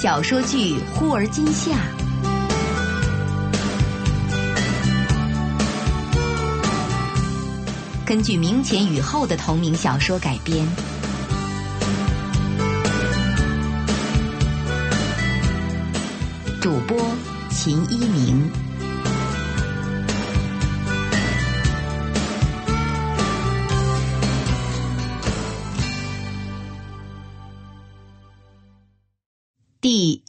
小说剧《忽而今夏》，根据明前雨后的同名小说改编。主播秦一鸣。第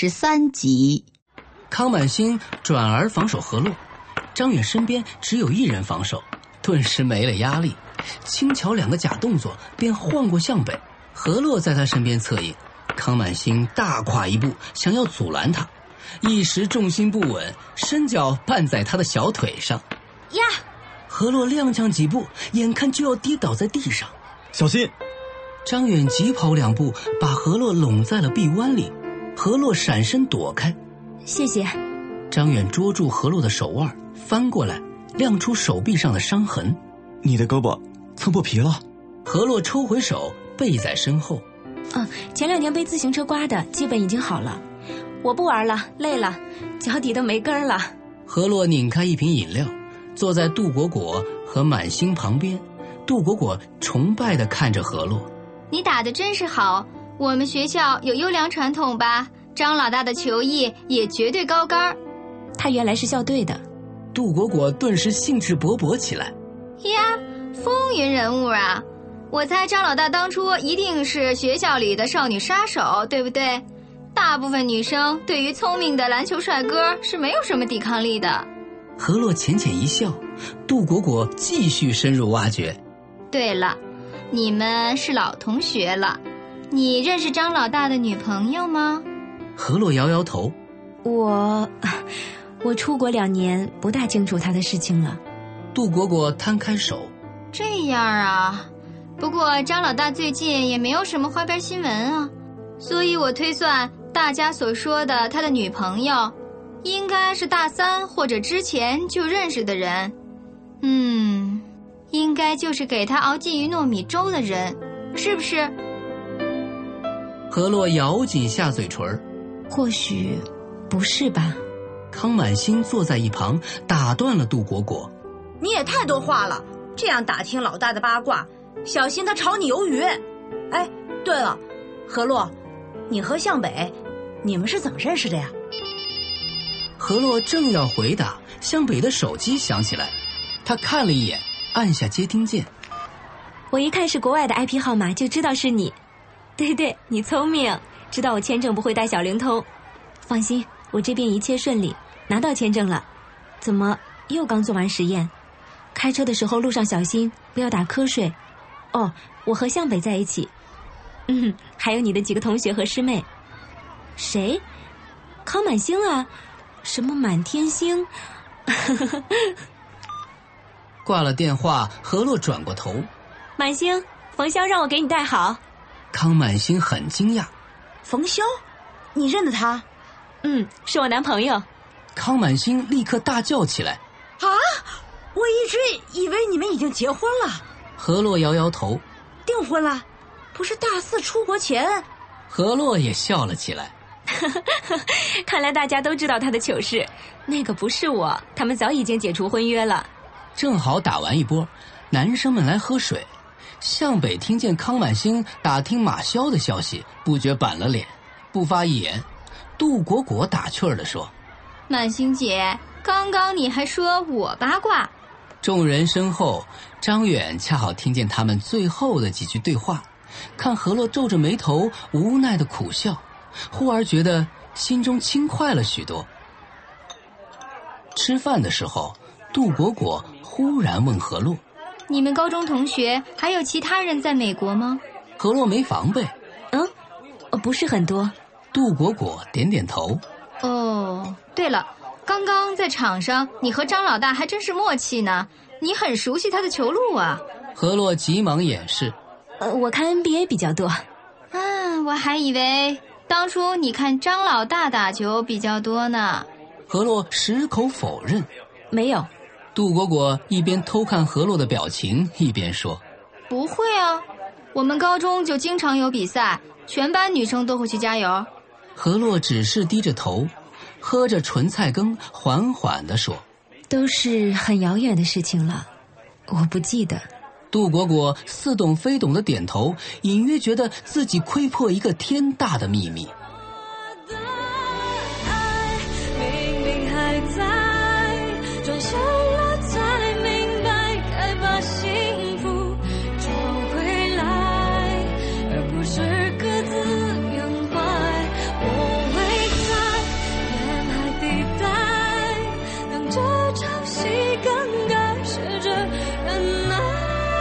23集。 康满星转而防守何洛，张远身边只有一人防守，顿时没了压力，轻巧两个假动作便晃过向北。何洛在他身边策应，康满星大跨一步想要阻拦他，一时重心不稳，身脚绊在他的小腿上， 呀！ 何洛踉跄几步，眼看就要跌倒在地上。 小心！ 张远急跑2步，把何洛拢在了臂弯里。何洛闪身躲开。 谢谢。 张远捉住何洛的手腕，翻过来亮出手臂上的伤痕。 你的胳膊蹭破皮了。 何洛抽回手，背在身后。 前2年被自行车刮的基本已经好了，我不玩了，累了，脚底都没根了。 何洛拧开一瓶饮料，坐在杜果果和满星旁边。杜果果崇拜地看着何洛。 你打得真是好，我们学校有优良传统吧？张老大的球艺也绝对高杆。 他原来是校队的。 杜果果顿时兴致勃勃起来。 呀，风云人物啊！我猜张老大当初一定是学校里的少女杀手，对不对？大部分女生对于聪明的篮球帅哥是没有什么抵抗力的。 何洛浅浅一笑，杜果果继续深入挖掘。 对了，你们是老同学了，你认识张老大的女朋友吗？ 何洛摇摇头。 我出国2年，不大清楚他的事情了。 杜果果摊开手。 这样啊，不过张老大最近也没有什么花边新闻啊，所以我推算大家所说的他的女朋友应该是大3或者之前就认识的人。应该就是给他熬鲫鱼糯米粥的人，是不是？ 何洛咬紧下嘴唇。 或许不是吧。 康满星坐在一旁打断了杜果果。 你也太多话了，这样打听老大的八卦，小心他炒你鱿鱼。哎，对了，何洛，你和向北你们是怎么认识的呀？ 何洛正要回答，向北的手机响起来，他看了一眼，按下接听键。 我一看是国外的 IP 号码就知道是你。对，你聪明，知道我签证不会带小灵通。放心，我这边一切顺利，拿到签证了。怎么又刚做完实验？开车的时候路上小心，不要打瞌睡。我和向北在一起。还有你的几个同学和师妹。谁？康满星啊，什么满天星。 挂了电话，何洛转过头。 满星，冯潇让我给你带好。 康满星很惊讶。 冯潇，你认得他？ 是我男朋友。 康满星立刻大叫起来。 啊，我一直以为你们已经结婚了。 何洛摇摇头。 订婚了？不是大4出国前？ 何洛也笑了起来。 看来大家都知道他的糗事。那个不是我，他们早已经解除婚约了。 正好打完一波，男生们来喝水。向北听见康满星打听马潇的消息，不觉板了脸，不发一言。杜果果打趣儿地说： 满星姐，刚刚你还说我八卦。 众人身后，张远恰好听见他们最后的几句对话，看何洛皱着眉头无奈的苦笑，忽而觉得心中轻快了许多。吃饭的时候，杜果果忽然问何洛： 你们高中同学还有其他人在美国吗？ 何洛没防备。 不是很多。 杜果果点点头。 对了，刚刚在场上你和张老大还真是默契呢，你很熟悉他的球路啊。 何洛急忙掩饰。 我看 NBA 比较多。 我还以为当初你看张老大打球比较多呢。 何洛矢口否认。 没有。 杜果果一边偷看何洛的表情，一边说： 不会啊，我们高中就经常有比赛，全班女生都会去加油。 何洛只是低着头，喝着纯菜羹，缓缓地说： 都是很遥远的事情了，我不记得。 杜果果似懂非懂地点头，隐约觉得自己窥破一个天大的秘密。 明明还在，转身了才明白，该把幸福找回来，而不是各自缅怀。我围在沿海地带，等着潮汐更改，试着忍耐。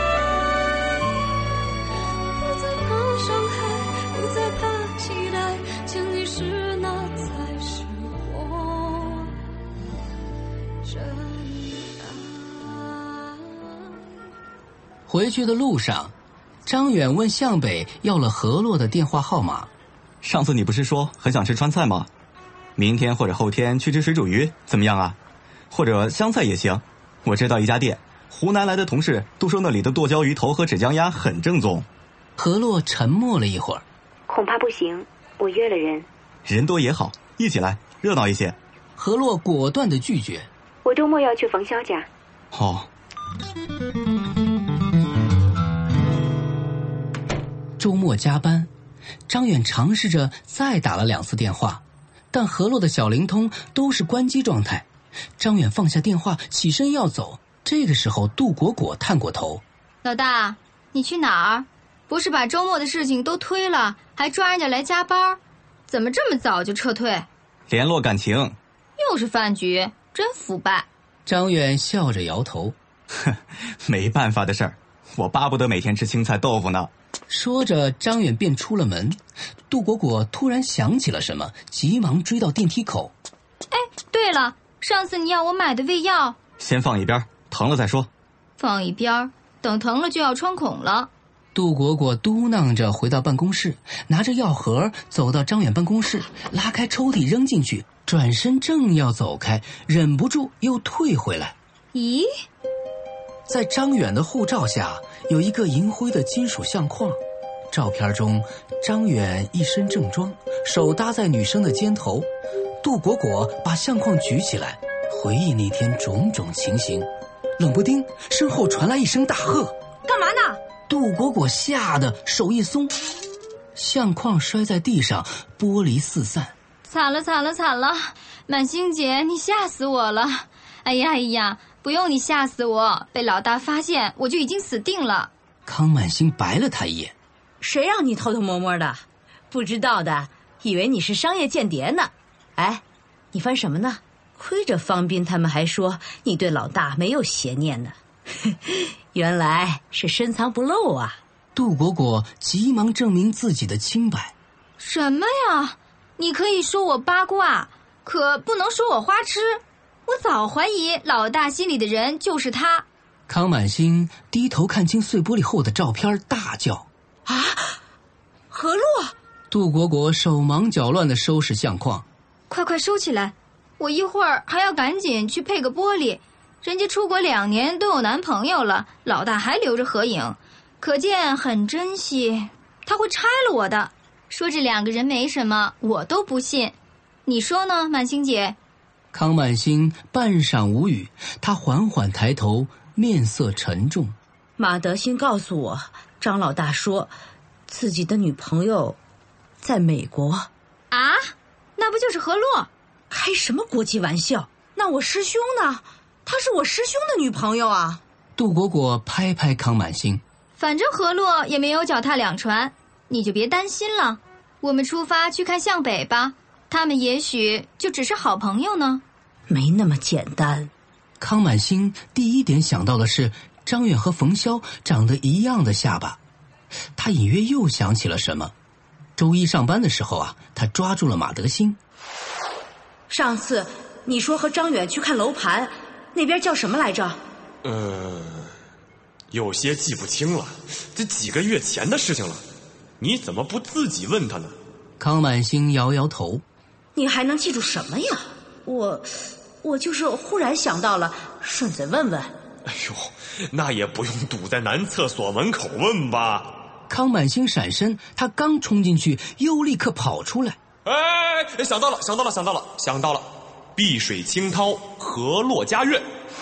不再怕期待，牵你是那才是我真爱。 回去的路上，张远问向北要了何洛的电话号码。 上次你不是说很想吃川菜吗？明天或者后天去吃水煮鱼怎么样啊？或者湘菜也行。我知道一家店，湖南来的同事都说那里的剁椒鱼头和芷江鸭很正宗。 何洛沉默了一会儿， 恐怕不行，我约了人。 人多也好，一起来，热闹一些。 何洛果断地拒绝。 我周末要去冯潇家。 哦。 周末加班，张远尝试着再打了2次电话，但何洛的小灵通都是关机状态。张远放下电话，起身要走。这个时候，杜果果探过头： 老大，你去哪儿？不是把周末的事情都推了，还抓人家来加班？怎么这么早就撤退？ 联络感情。 又是饭局，真腐败。 张远笑着摇头： 哼，没办法的事儿，我巴不得每天吃青菜豆腐呢。 说着，张远便出了门。杜果果突然想起了什么，急忙追到电梯口。 哎，对了，上次你要我买的胃药， 先放一边，疼了再说。 放一边，等疼了就要穿孔了。 杜果果嘟囔着回到办公室，拿着药盒走到张远办公室，拉开抽屉扔进去，转身正要走开，忍不住又退回来。 咦， 在张远的护照下有一个银灰的金属相框，照片中张远一身正装，手搭在女生的肩头。杜果果把相框举起来，回忆那天种种情形。冷不丁身后传来一声大喝： 干嘛呢？ 杜果果吓得手一松，相框摔在地上，玻璃四散。 惨了惨了惨了，满星姐，你吓死我了！哎呀，不用你吓死我，被老大发现我就已经死定了。 康满星白了他一眼： 谁让你偷偷摸摸的？不知道的以为你是商业间谍呢。哎，你翻什么呢？亏着方斌他们还说你对老大没有邪念呢。原来是深藏不露啊！ 杜果果急忙证明自己的清白。 什么呀？你可以说我八卦，可不能说我花痴。我早怀疑老大心里的人就是他。 康满星低头看清碎玻璃后的照片，大叫： 啊，何洛！ 杜果果手忙脚乱地收拾相框。 快收起来，我一会儿还要赶紧去配个玻璃。人家出国2年都有男朋友了，老大还留着合影，可见很珍惜。他会拆了我的。说这2个人没什么，我都不信。你说呢，满星姐？ 康满星半晌无语，他缓缓抬头，面色沉重。 马德兴告诉我，张老大说自己的女朋友在美国。 啊？那不就是何洛？ 开什么国际玩笑？那我师兄呢？她是我师兄的女朋友啊！ 杜果果拍拍康满星： 反正何洛也没有脚踏两船，你就别担心了。我们出发去看向北吧，他们也许就只是好朋友呢。 没那么简单。 康满星第一点想到的是张远和冯潇长得一样的下巴，他隐约又想起了什么。周一上班的时候啊，他抓住了马德兴。 上次你说和张远去看楼盘，那边叫什么来着？ 有些记不清了，这几个月前的事情了。你怎么不自己问他呢？ 康满星摇摇头。 你还能记住什么呀？我就是忽然想到了，顺嘴问问。 哎呦，那也不用堵在男厕所门口问吧。 康满星闪身，他刚冲进去又立刻跑出来。 哎，想到了！碧水清涛，河洛家苑。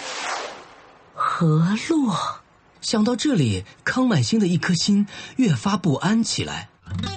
河洛，想到这里，康满星的一颗心越发不安起来。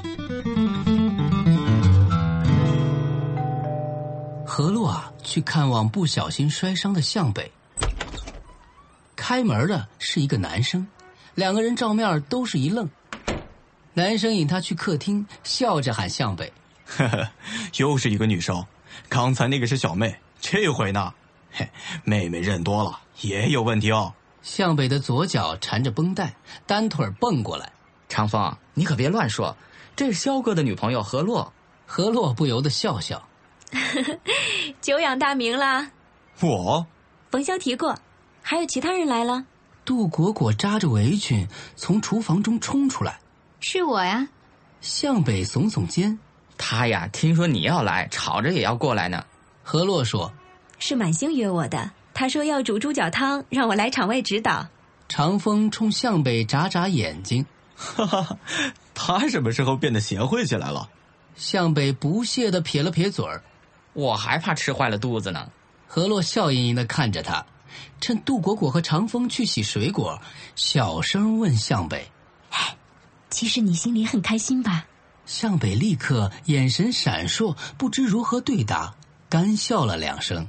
河洛啊，去看望不小心摔伤的向北。开门的是一个男生，两个人照面都是一愣。男生引他去客厅，笑着喊向北：“ 呵呵，又是一个女生。刚才那个是小妹，这回呢？嘿，妹妹认多了也有问题哦。” 向北的左脚缠着绷带，单腿蹦过来。 长风，你可别乱说，这是肖哥的女朋友何洛。 何洛不由得笑笑。 久仰大名啦。 我？ 冯潇提过，还有其他人来了。 杜果果扎着围裙从厨房中冲出来。 是我呀。 向北耸耸肩。 他呀，听说你要来，吵着也要过来呢。 何洛说：“ 是满星约我的，他说要煮猪脚汤，让我来场外指导。” 长风冲向北眨眨眼睛。 哈哈，他什么时候变得贤惠起来了？ 向北不屑地撇了撇嘴儿。 我还怕吃坏了肚子呢。 何洛笑盈盈地看着他，趁杜果果和长风去洗水果，小声问向北：“ 哎，其实你心里很开心吧？” 向北立刻眼神闪烁，不知如何对答，干笑了两声。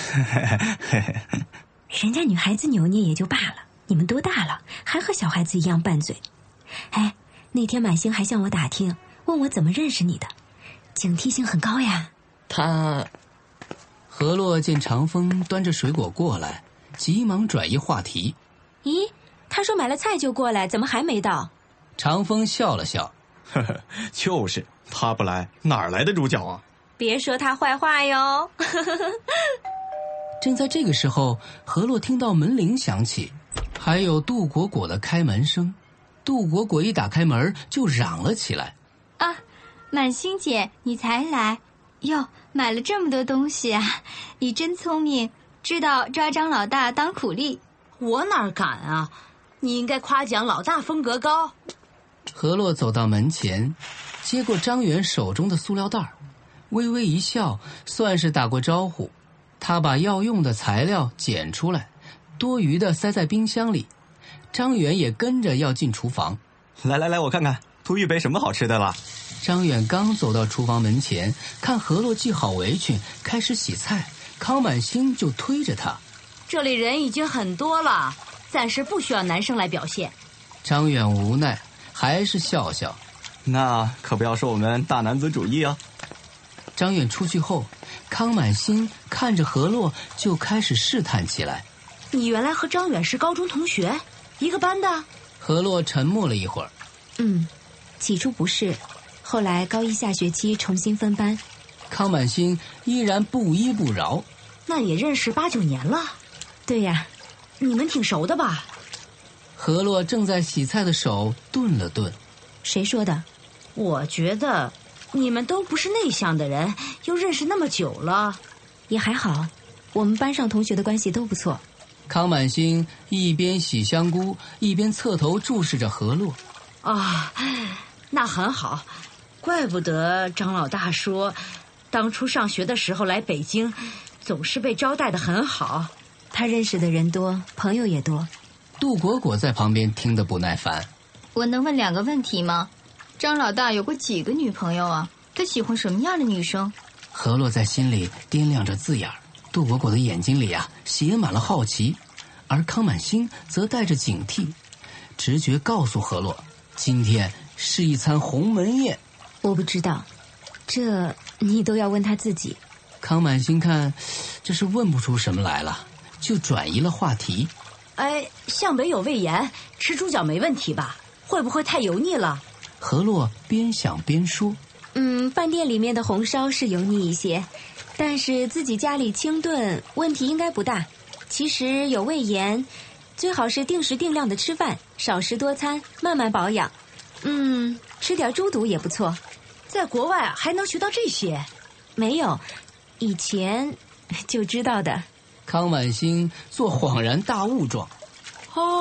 人家女孩子扭捏也就罢了，你们多大了，还和小孩子一样拌嘴。哎，那天满星还向我打听，问我怎么认识你的，警惕性很高呀。 他…… 何洛见长风端着水果过来，急忙转移话题。 咦，他说买了菜就过来，怎么还没到？ 长风笑了笑。 呵呵，就是他不来，哪儿来的猪脚啊？ 别说他坏话哟。 正在这个时候，何洛听到门铃响起，还有杜果果的开门声。杜果果一打开门就嚷了起来：“ 啊，满星姐，你才来哟，买了这么多东西啊！你真聪明，知道抓张老大当苦力。” 我哪敢啊！你应该夸奖老大风格高。 何洛走到门前，接过张远手中的塑料袋，微微一笑，算是打过招呼。他把要用的材料捡出来，多余的塞在冰箱里。张远也跟着要进厨房。 来，我看看都预备什么好吃的了。 张远刚走到厨房门前，看何洛系好围裙开始洗菜，康满星就推着他：“ 这里人已经很多了，暂时不需要男生来表现。” 张远无奈，还是笑笑：“ 那可不要说我们大男子主义啊。” 张远出去后，康满星看着何洛就开始试探起来：“ 你原来和张远是高中同学，一个班的？” 何洛沉默了一会儿：“ 起初不是，后来高一下学期重新分班。” 康满星依然不依不饶：“ 那也认识8、9年了。”“ 对呀， 你们挺熟的吧？” 何洛正在洗菜的手顿了顿：“ 谁说的？”“ 我觉得你们都不是内向的人，又认识那么久了。”“ 也还好，我们班上同学的关系都不错。” 康满星一边洗香菇，一边侧头注视着何洛。 “啊，那很好，怪不得张老大说，当初上学的时候来北京，总是被招待得很好。 他认识的人多，朋友也多。” 杜果果在旁边听得不耐烦：“ 我能问2个问题吗？张老大有过几个女朋友啊？他喜欢什么样的女生？” 何洛在心里掂量着字眼，杜果果的眼睛里写满了好奇，而康满星则带着警惕。直觉告诉何洛，今天是一餐鸿门宴。 我不知道，这你都要问他自己。 康满星看这是问不出什么来了，就转移了话题：“ 哎，向北有胃炎，吃猪脚没问题吧？会不会太油腻了？” 何洛边想边说：“ 饭店里面的红烧是油腻一些，但是自己家里清炖，问题应该不大。其实有胃炎，最好是定时定量的吃饭，少食多餐，慢慢保养。吃点猪肚也不错。”“ 在国外还能学到这些？”“ 没有，以前就知道的。” 康满星做恍然大悟状：“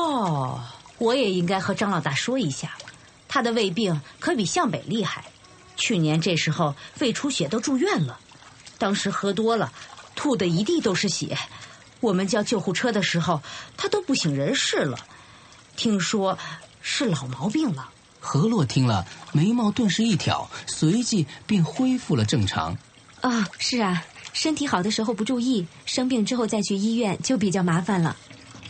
我也应该和张老大说一下，他的胃病可比向北厉害。” 去年这时候胃出血都住院了，当时喝多了，吐的一地都是血。我们叫救护车的时候，他都不省人事了。听说是老毛病了。 何洛听了，眉毛顿时一挑，随即便恢复了正常。 是啊，身体好的时候不注意，生病之后再去医院就比较麻烦了。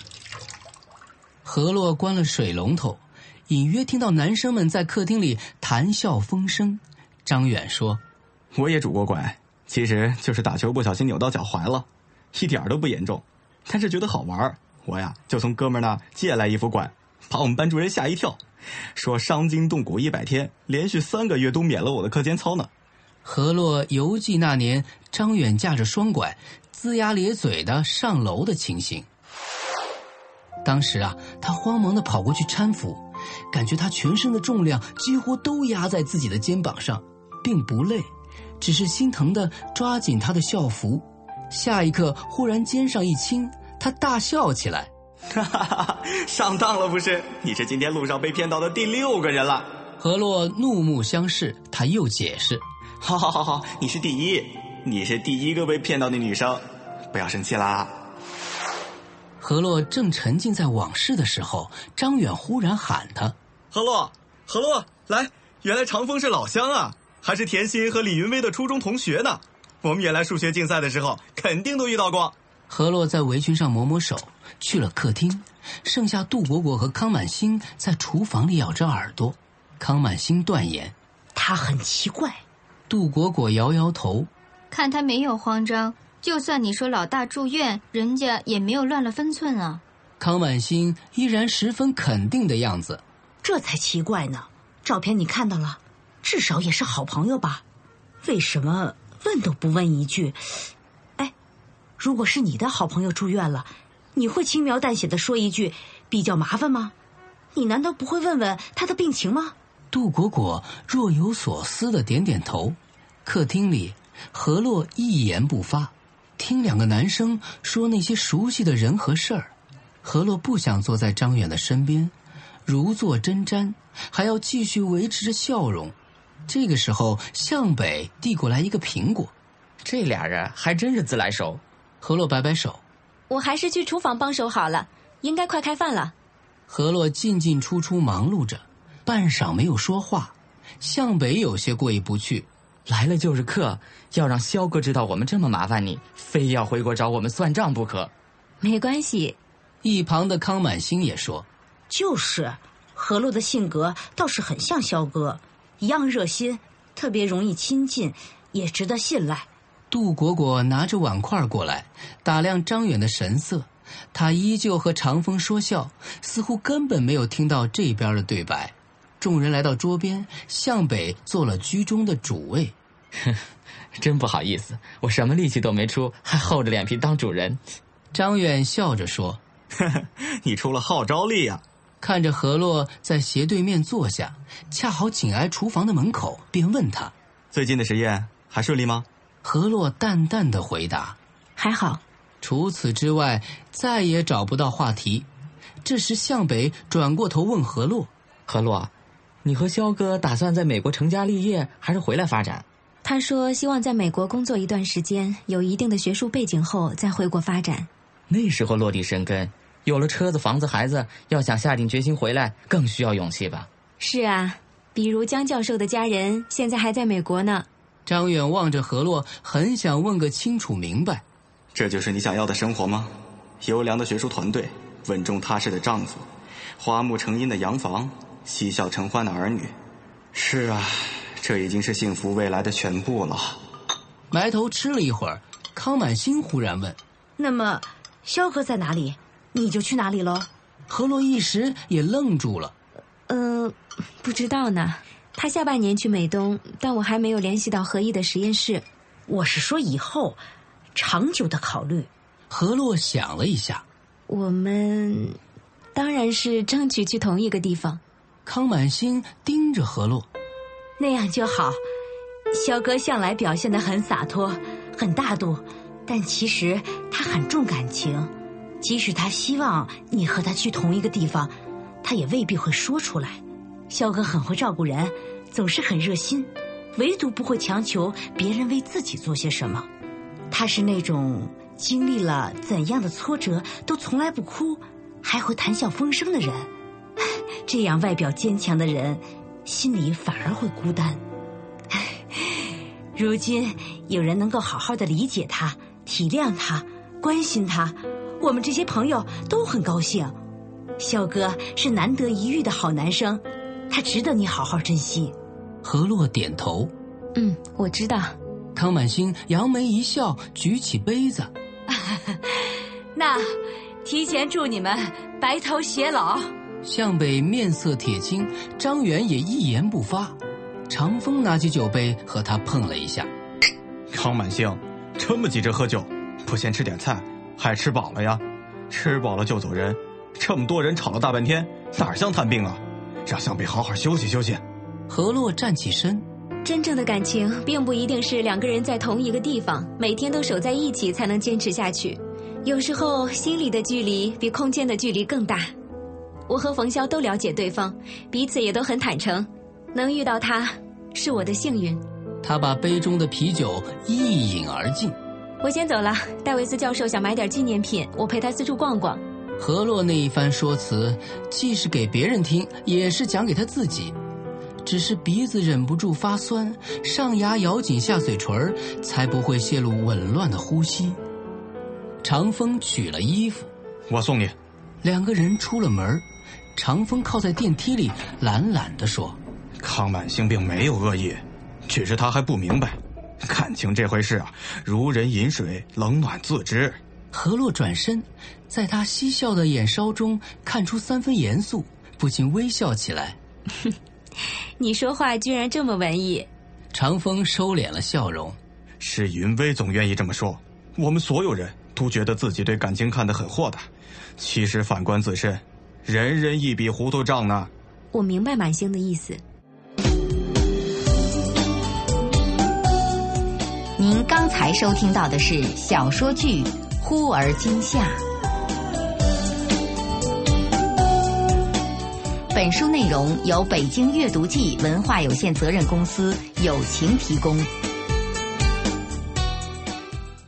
何洛关了水龙头，隐约听到男生们在客厅里谈笑风生。张远说：“ 我也拄过拐，其实就是打球不小心扭到脚踝了，一点都不严重，但是觉得好玩，我呀就从哥们那借来一副拐，把我们班主任吓一跳，说伤筋动骨100天，连续3个月都免了我的课间操呢。” 何洛犹记那年张远架着双拐，龇牙咧嘴的上楼的情形。当时啊，他慌忙地跑过去搀扶，感觉他全身的重量几乎都压在自己的肩膀上，并不累，只是心疼地抓紧他的校服。下一刻忽然肩上一轻，他大笑起来：“ 哈哈哈，上当了不是？你是今天路上被骗到的第6个人了。” 何洛怒目相视，他又解释：“ 好，你是第一，你是第一个被骗到的女生，不要生气啦。” 何洛正沉浸在往事的时候，张远忽然喊他：“ 何洛，来，原来长风是老乡啊，还是甜心和李云威的初中同学呢。我们原来数学竞赛的时候肯定都遇到过。” 何洛在围裙上抹抹手，去了客厅，剩下杜果果和康满星在厨房里咬着耳朵。康满星断言：“ 他很奇怪。” 杜果果摇摇头：“ 看他没有慌张，就算你说老大住院，人家也没有乱了分寸啊。” 康满星依然十分肯定的样子：“ 这才奇怪呢，照片你看到了，至少也是好朋友吧？为什么问都不问一句？哎，如果是你的好朋友住院了，你会轻描淡写的说一句比较麻烦吗？你难道不会问问他的病情吗？” 杜果果若有所思的点点头。客厅里，何洛一言不发，听两个男生说那些熟悉的人和事儿。何洛不想坐在张远的身边，如坐针毡，还要继续维持着笑容。这个时候，向北递过来一个苹果。 这俩人还真是自来熟。 何洛摆摆手：“ 我还是去厨房帮手好了，应该快开饭了。” 何洛进进出出忙碌着，半晌没有说话。向北有些过意不去：“ 来了就是客，要让肖哥知道我们这么麻烦你，非要回国找我们算账不可。” 没关系。 一旁的康满星也说：“ 就是何洛的性格倒是很像肖哥，一样热心，特别容易亲近，也值得信赖。” 杜果果拿着碗筷过来，打量张远的神色，他依旧和长风说笑，似乎根本没有听到这边的对白。众人来到桌边，向北做了居中的主位。 真不好意思，我什么力气都没出，还厚着脸皮当主人。 张远笑着说：“ 你出了号召力啊！” 看着何洛在斜对面坐下，恰好紧挨厨房的门口，便问他：“ 最近的实验还顺利吗？” 何洛淡淡的回答：“ 还好。” 除此之外，再也找不到话题。这时向北转过头问何洛：“ 何洛，你和肖哥打算在美国成家立业，还是回来发展？” 他说希望在美国工作一段时间，有一定的学术背景后再回国发展。 那时候落地生根，有了车子房子孩子，要想下定决心回来，更需要勇气吧？ 是啊，比如江教授的家人现在还在美国呢。 张远望着何洛，很想问个清楚明白：“ 这就是你想要的生活吗？优良的学术团队，稳重踏实的丈夫，花木成荫的洋房，嬉笑成欢的儿女。是啊，这已经是幸福未来的全部了。” 埋头吃了一会儿，康满星忽然问：“ 那么肖哥在哪里，你就去哪里喽？” 何洛一时也愣住了。 不知道呢。他下半年去美东，但我还没有联系到何毅的实验室。 我是说以后长久的考虑。 何洛想了一下：“ 我们当然是争取去同一个地方。” 康满星盯着何洛：“ 那样就好。肖哥向来表现得很洒脱，很大度，但其实他很重感情。即使他希望你和他去同一个地方，他也未必会说出来。肖哥很会照顾人，总是很热心， 唯独不会强求别人为自己做些什么。他是那种经历了怎样的挫折都从来不哭，还会谈笑风生的人。这样外表坚强的人，心里反而会孤单。如今有人能够好好的理解他、体谅他、关心他，我们这些朋友都很高兴。肖哥是难得一遇的好男生，他值得你好好珍惜。 何洛点头。 我知道。 康满星扬眉一笑，举起杯子。 那提前祝你们白头偕老。 向北面色铁青，张远也一言不发。长风拿起酒杯和他碰了一下。 康满星，这么急着喝酒，不先吃点菜，还吃饱了呀？吃饱了就走人，这么多人吵了大半天，哪像探病啊？让向北好好休息休息。 何洛站起身。 真正的感情并不一定是两个人在同一个地方，每天都守在一起才能坚持下去。有时候心里的距离比空间的距离更大。我和冯潇都了解对方，彼此也都很坦诚，能遇到他是我的幸运。 他把杯中的啤酒一饮而尽。 我先走了，戴维斯教授想买点纪念品，我陪他四处逛逛。 何洛那一番说辞，既是给别人听，也是讲给他自己。只是鼻子忍不住发酸，上牙咬紧下嘴唇，才不会泄露紊乱的呼吸。长风取了衣服， 我送你。 两个人出了门，长风靠在电梯里懒懒地说： 康满星并没有恶意，只是他还不明白，感情这回事啊，如人饮水，冷暖自知。 何洛转身，在他嬉笑的眼梢中看出3分严肃，不禁微笑起来。 你说话居然这么文艺。 长风收敛了笑容。 是云薇总愿意这么说，我们所有人都觉得自己对感情看得很豁达，其实反观自身，人人一笔糊涂账呢。 我明白满星的意思。 您刚才收听到的是小说剧《忽而今夏》。本书内容由北京阅读记文化有限责任公司友情提供。